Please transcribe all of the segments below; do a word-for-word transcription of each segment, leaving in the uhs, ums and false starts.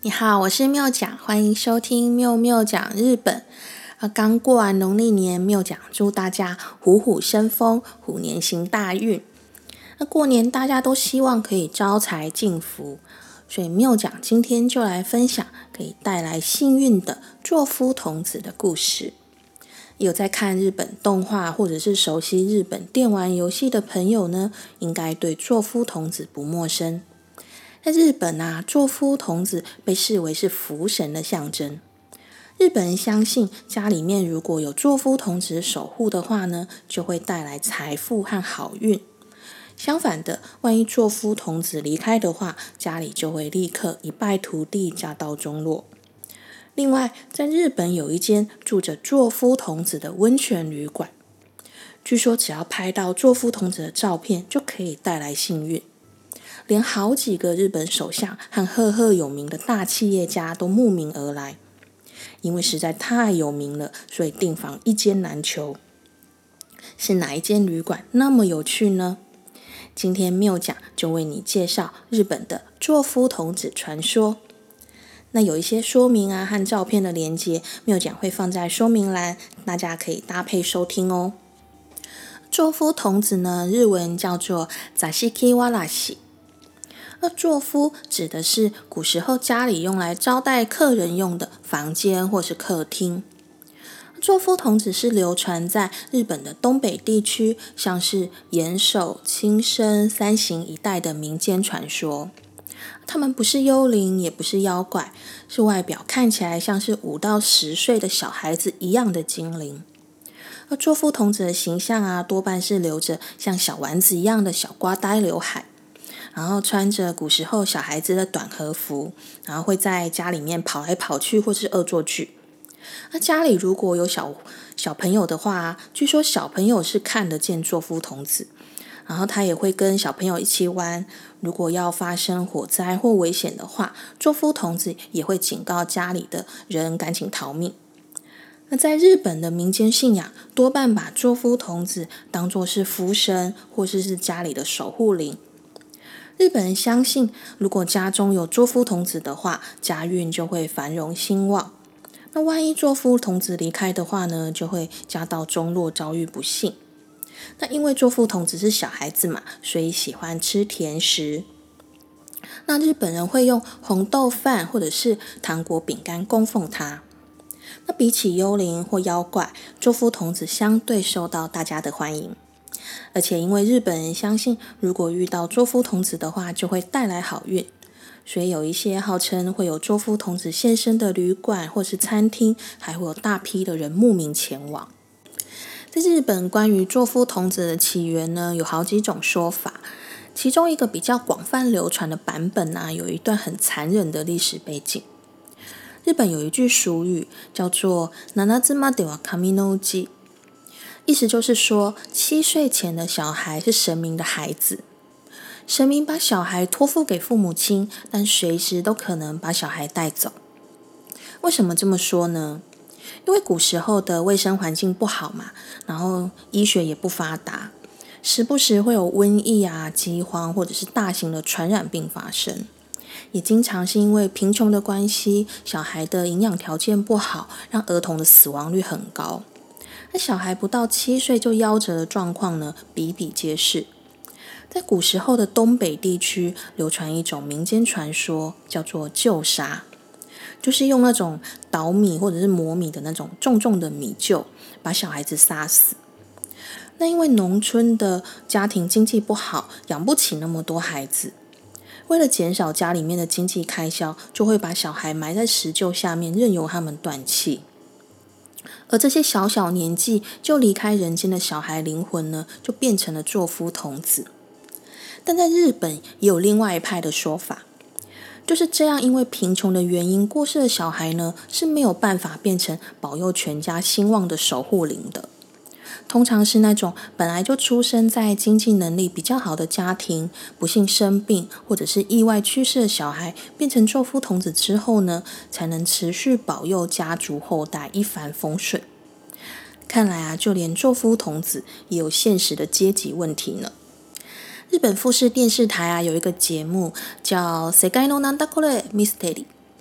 你好，我是妙讲，欢迎收听妙妙讲日本。啊，刚过完农历年，妙讲祝大家虎虎生风，虎年行大运。那过年大家都希望可以招财进福，所以妙讲今天就来分享可以带来幸运的座敷童子的故事。有在看日本动画或者是熟悉日本电玩游戏的朋友呢，应该对座敷童子不陌生。在日本啊，座敷童子被视为是福神的象征。日本人相信，家里面如果有座敷童子守护的话呢，就会带来财富和好运。相反的，万一座敷童子离开的话，家里就会立刻一败涂地，家道中落。另外，在日本有一间住着座敷童子的温泉旅馆，据说只要拍到座敷童子的照片，就可以带来幸运。连好几个日本首相和赫赫有名的大企业家都慕名而来，因为实在太有名了，所以订房一间难求。是哪一间旅馆那么有趣呢？今天妙讲就为你介绍日本的座敷童子传说。那有一些说明啊和照片的连结，妙讲会放在说明栏，大家可以搭配收听哦。座敷童子呢，日文叫做座敷わらし。那座敷指的是古时候家里用来招待客人用的房间或是客厅。座敷童子是流传在日本的东北地区，像是岩手、青森、山形一带的民间传说。他们不是幽灵，也不是妖怪，是外表看起来像是五到十岁的小孩子一样的精灵。而座敷童子的形象啊，多半是留着像小丸子一样的小瓜呆刘海，然后穿着古时候小孩子的短和服，然后会在家里面跑来跑去或是恶作剧。那家里如果有小小朋友的话，据说小朋友是看得见座敷童子，然后他也会跟小朋友一起玩。如果要发生火灾或危险的话，座敷童子也会警告家里的人赶紧逃命。那在日本的民间信仰，多半把座敷童子当作是福神或是是家里的守护灵。日本人相信，如果家中有座敷童子的话，家运就会繁荣兴旺。那万一座敷童子离开的话呢，就会家道中落，遭遇不幸。那因为座敷童子是小孩子嘛，所以喜欢吃甜食。那日本人会用红豆饭或者是糖果饼干供奉他。那比起幽灵或妖怪，座敷童子相对受到大家的欢迎。而且因为日本人相信，如果遇到座敷童子的话，就会带来好运，所以有一些号称会有座敷童子现身的旅馆或是餐厅，还会有大批的人慕名前往。在日本，关于座敷童子的起源呢，有好几种说法。其中一个比较广泛流传的版本啊，有一段很残忍的历史背景。日本有一句俗语叫做「七つまでは神の内」，意思就是说，七岁前的小孩是神明的孩子。神明把小孩托付给父母亲，但随时都可能把小孩带走。为什么这么说呢？因为古时候的卫生环境不好嘛，然后医学也不发达，时不时会有瘟疫啊、饥荒或者是大型的传染病发生。也经常是因为贫穷的关系，小孩的营养条件不好，让儿童的死亡率很高。那小孩不到七岁就夭折的状况呢，比比皆是。在古时候的东北地区，流传一种民间传说，叫做臼杀，就是用那种捣米或者是磨米的那种重重的米臼，把小孩子杀死。那因为农村的家庭经济不好，养不起那么多孩子，为了减少家里面的经济开销，就会把小孩埋在石臼下面，任由他们断气。而这些小小年纪就离开人间的小孩灵魂呢，就变成了座敷童子。但在日本也有另外一派的说法，就是这样因为贫穷的原因过世的小孩呢，是没有办法变成保佑全家兴旺的守护灵的。通常是那种本来就出生在经济能力比较好的家庭，不幸生病或者是意外去世的小孩，变成座敷童子之后呢，才能持续保佑家族后代一帆风顺。看来啊，就连座敷童子也有现实的阶级问题呢。日本富士电视台啊有一个节目叫《世界のなんだこれミステリー》，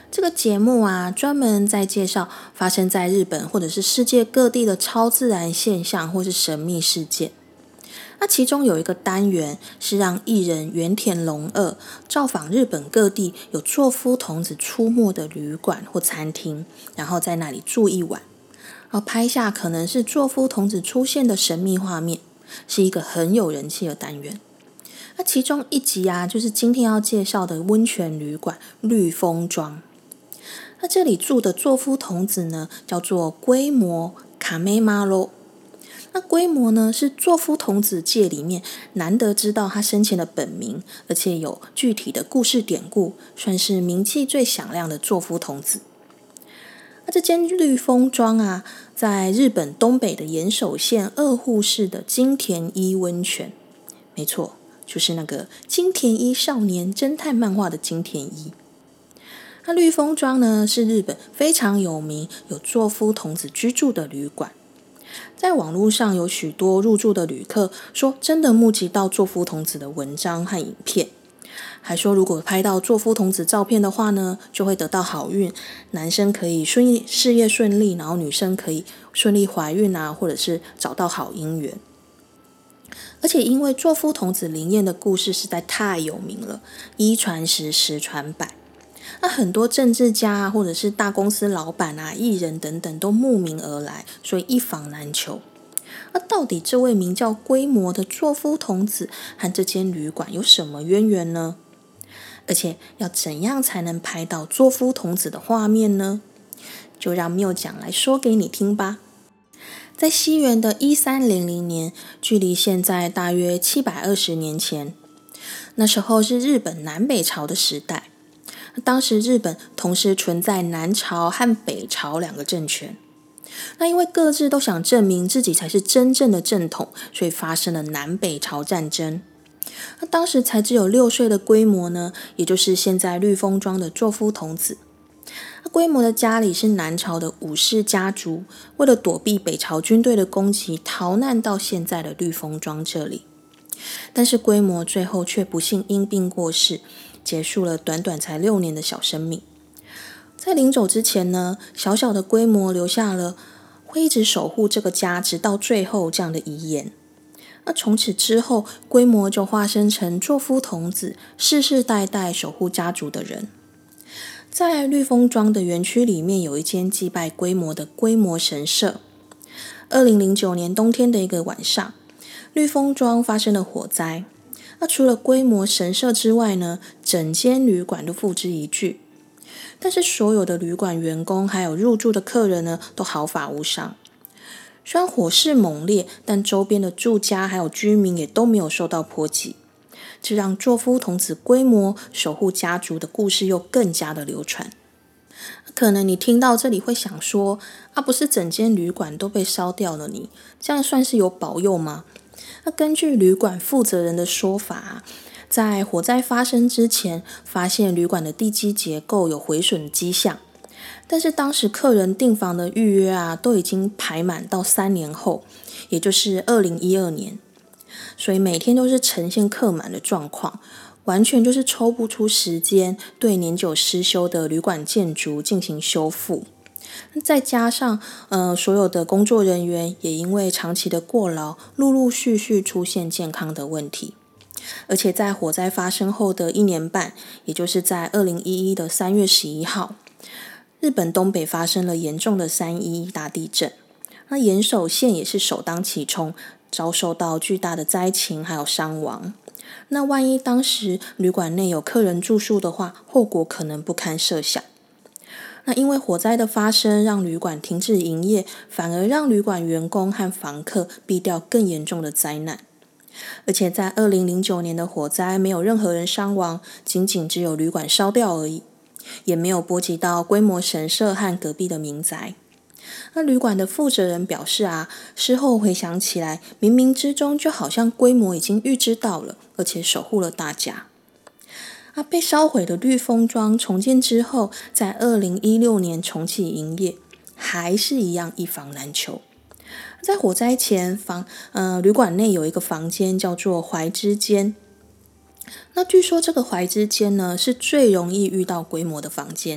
这个节目啊，专门在介绍发生在日本或者是世界各地的超自然现象或是神秘事件。那其中有一个单元是让艺人原田龙二造访日本各地有座敷童子出没的旅馆或餐厅，然后在那里住一晚，然后拍下可能是座敷童子出现的神秘画面，是一个很有人气的单元。那其中一集啊，就是今天要介绍的温泉旅馆绿风庄。那这里住的座敷童子呢，叫做龟魔卡梅马罗。那龟魔呢，是座敷童子界里面难得知道他生前的本名，而且有具体的故事典故，算是名气最响亮的座敷童子。那这间绿风庄啊，在日本东北的岩手县二户市的金田一温泉，没错，就是那个金田一少年侦探漫画的金田一。那绿风庄呢，是日本非常有名有座敷童子居住的旅馆。在网络上有许多入住的旅客说真的目击到座敷童子的文章和影片，还说如果拍到座敷童子照片的话呢，就会得到好运，男生可以顺利事业顺利，然后女生可以顺利怀孕啊，或者是找到好姻缘。而且因为座敷童子灵验的故事实在太有名了，一传十，十传百，那很多政治家啊，或者是大公司老板啊、艺人等等都慕名而来，所以一房难求。那到底这位名叫龟魔的座敷童子和这间旅馆有什么渊源呢？而且要怎样才能拍到座敷童子的画面呢？就让缪讲来说给你听吧。在西元的一三零零年，距离现在大约七百二十年前，那时候是日本南北朝的时代。当时日本同时存在南朝和北朝两个政权，那因为各自都想证明自己才是真正的正统，所以发生了南北朝战争。那当时才只有六岁的龟魔呢，也就是现在绿风庄的座敷童子。龟魔的家里是南朝的武士家族，为了躲避北朝军队的攻击，逃难到现在的绿风庄这里。但是龟魔最后却不幸因病过世，结束了短短才六年的小生命。在临走之前呢，小小的龟魔留下了会一直守护这个家直到最后这样的遗言。那从此之后，龟魔就化身成座敷童子，世世代代守护家族的人。在绿风庄的园区里面，有一间祭拜龟魔的龟魔神社。二零零九年冬天的一个晚上，绿风庄发生了火灾。那除了龟魔神社之外呢，整间旅馆都付之一炬。但是所有的旅馆员工还有入住的客人呢，都毫发无伤。虽然火势猛烈，但周边的住家还有居民也都没有受到波及。这让座敷童子龟魔守护家族的故事又更加的流传。可能你听到这里会想说，啊，不是整间旅馆都被烧掉了你，这样算是有保佑吗？那根据旅馆负责人的说法啊，在火灾发生之前，发现旅馆的地基结构有毁损的迹象，但是当时客人订房的预约啊，都已经排满到三年后，也就是二零一二年，所以每天都是呈现客满的状况，完全就是抽不出时间对年久失修的旅馆建筑进行修复。再加上呃，所有的工作人员也因为长期的过劳，陆陆续续出现健康的问题。而且在火灾发生后的一年半，也就是在二零一一的三月十一号，日本东北发生了严重的三一一大地震。那岩手县也是首当其冲，遭受到巨大的灾情还有伤亡。那万一当时旅馆内有客人住宿的话，后果可能不堪设想。那因为火灾的发生，让旅馆停止营业，反而让旅馆员工和房客避掉更严重的灾难。而且在二零零九年的火灾，没有任何人伤亡，仅仅只有旅馆烧掉而已，也没有波及到龟魔神社和隔壁的民宅。那旅馆的负责人表示啊，事后回想起来，冥冥之中就好像龟魔已经预知到了，而且守护了大家。啊，被烧毁的绿风庄重建之后，在二零一六年重启营业，还是一样一房难求。在火灾前，房呃旅馆内有一个房间叫做怀之间。那据说这个怀之间呢，是最容易遇到龟魔的房间。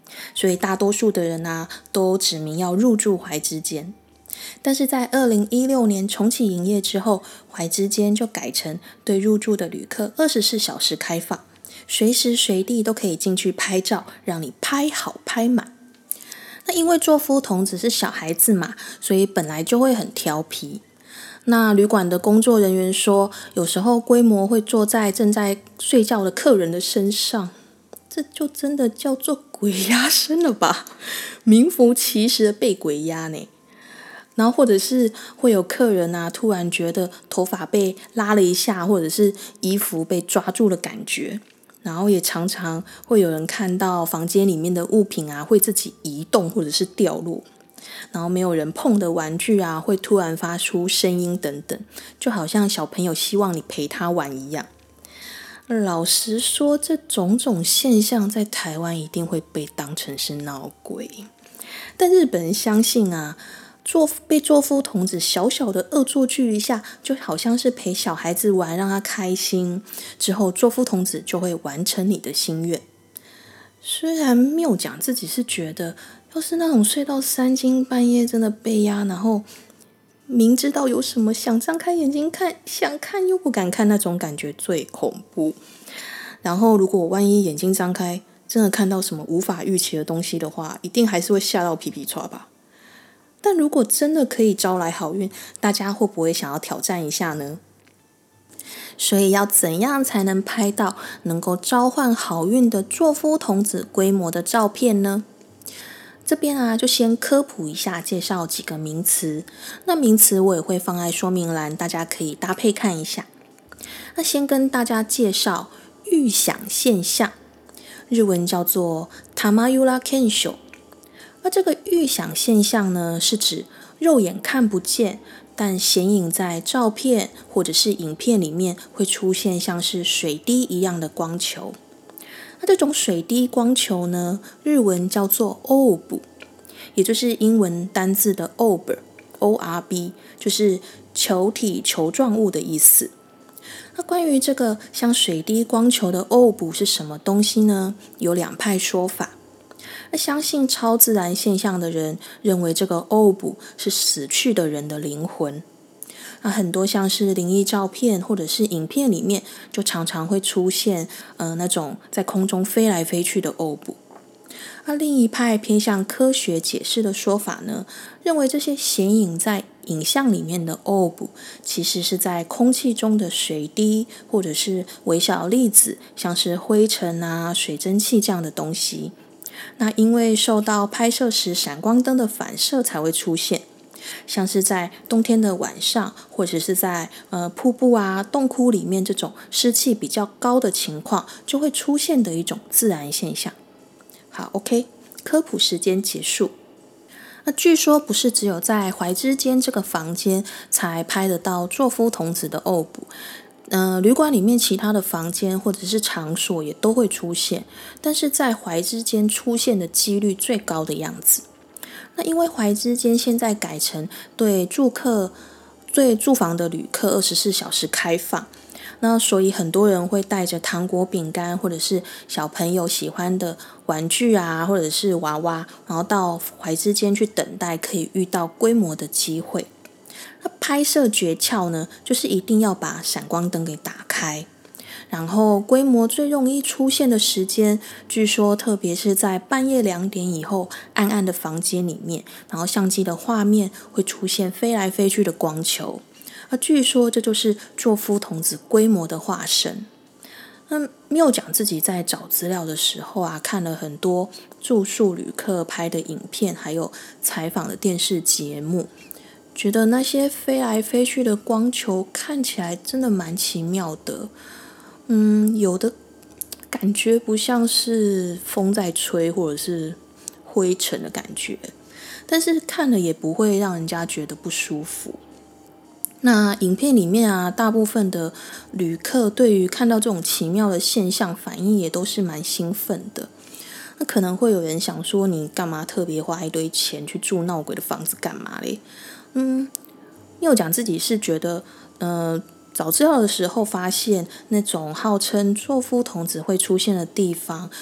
所以大多数的人啊都指明要入住怀之间。但是在二零一六年重启营业之后，怀之间就改成对入住的旅客二十四小时开放，随时随地都可以进去拍照，让你拍好拍满。那因为座敷童子是小孩子嘛，所以本来就会很调皮。那旅馆的工作人员说，有时候规模会坐在正在睡觉的客人的身上，这就真的叫做鬼压身了吧，名副其实的被鬼压呢。然后或者是会有客人啊，突然觉得头发被拉了一下，或者是衣服被抓住的感觉。然后也常常会有人看到房间里面的物品啊，会自己移动或者是掉落。然后没有人碰的玩具啊，会突然发出声音等等，就好像小朋友希望你陪他玩一样。老实说，这种种现象在台湾一定会被当成是闹鬼。但日本人相信啊，做被座敷童子小小的恶作剧一下，就好像是陪小孩子玩，让他开心，之后座敷童子就会完成你的心愿。虽然谬讲自己是觉得，要是那种睡到三更半夜真的被压，然后明知道有什么想张开眼睛看，想看又不敢看，那种感觉最恐怖。然后如果万一眼睛张开，真的看到什么无法预期的东西的话，一定还是会吓到皮皮唰吧。但如果真的可以招来好运，大家会不会想要挑战一下呢？所以要怎样才能拍到能够召唤好运的座敷童子规模的照片呢？这边啊，就先科普一下，介绍几个名词。那名词我也会放在说明栏，大家可以搭配看一下。那先跟大家介绍预想现象，日文叫做 Tamayura Kensho。那这个预想现象呢，是指肉眼看不见，但显影在照片或者是影片里面会出现像是水滴一样的光球。那这种水滴光球呢，日文叫做 orb， 也就是英文单字的 orb O R B， 就是球体球状物的意思。那关于这个像水滴光球的 orb 是什么东西呢？有两派说法。那相信超自然现象的人认为这个 orb 是死去的人的灵魂。那很多像是灵异照片或者是影片里面，就常常会出现呃那种在空中飞来飞去的 orb。那另一派偏向科学解释的说法呢，认为这些显影在影像里面的 orb 其实是在空气中的水滴或者是微小粒子，像是灰尘啊、水蒸气这样的东西。那因为受到拍摄时闪光灯的反射才会出现，像是在冬天的晚上，或者是在呃瀑布啊、洞窟里面这种湿气比较高的情况，就会出现的一种自然现象。好 ，OK， 科普时间结束。那据说不是只有在怀之间这个房间才拍得到座敷童子的orb。呃，旅馆里面其他的房间或者是场所也都会出现，但是在怀之间出现的几率最高的样子。那因为怀之间现在改成对住客、对住房的旅客二十四小时开放，那所以很多人会带着糖果、饼干或者是小朋友喜欢的玩具啊，或者是娃娃，然后到怀之间去等待可以遇到规模的机会。那拍摄诀窍呢，就是一定要把闪光灯给打开，然后规模最容易出现的时间，据说特别是在半夜两点以后，暗暗的房间里面，然后相机的画面会出现飞来飞去的光球，而据说这就是座敷童子规模的化身。那谬讲自己在找资料的时候啊，看了很多住宿旅客拍的影片，还有采访的电视节目。觉得那些飞来飞去的光球看起来真的蛮奇妙的，嗯，有的感觉不像是风在吹或者是灰尘的感觉，但是看了也不会让人家觉得不舒服。那影片里面啊，大部分的旅客对于看到这种奇妙的现象反应也都是蛮兴奋的。那可能会有人想说，你干嘛特别花一堆钱去住闹鬼的房子干嘛嘞？嗯，又讲自己是觉得，呃，找资料的时候发现，那种号称座敷童子会出现的地方，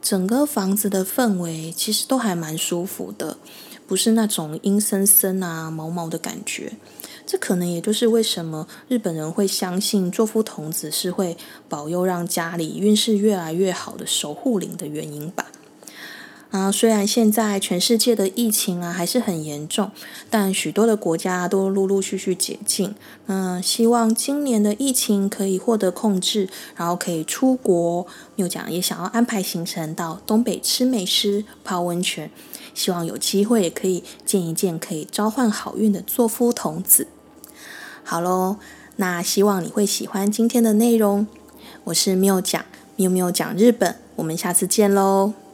整个房子的氛围其实都还蛮舒服的，不是那种阴森森啊、毛毛的感觉。这可能也就是为什么日本人会相信座敷童子是会保佑让家里运势越来越好的守护灵的原因吧。啊，虽然现在全世界的疫情啊还是很严重，但许多的国家都陆陆续续解禁。嗯，希望今年的疫情可以获得控制，然后可以出国。缪讲也想要安排行程到东北吃美食、泡温泉，希望有机会也可以见一见可以召唤好运的座敷童子。好咯，那希望你会喜欢今天的内容。我是缪讲，缪缪讲日本，我们下次见咯。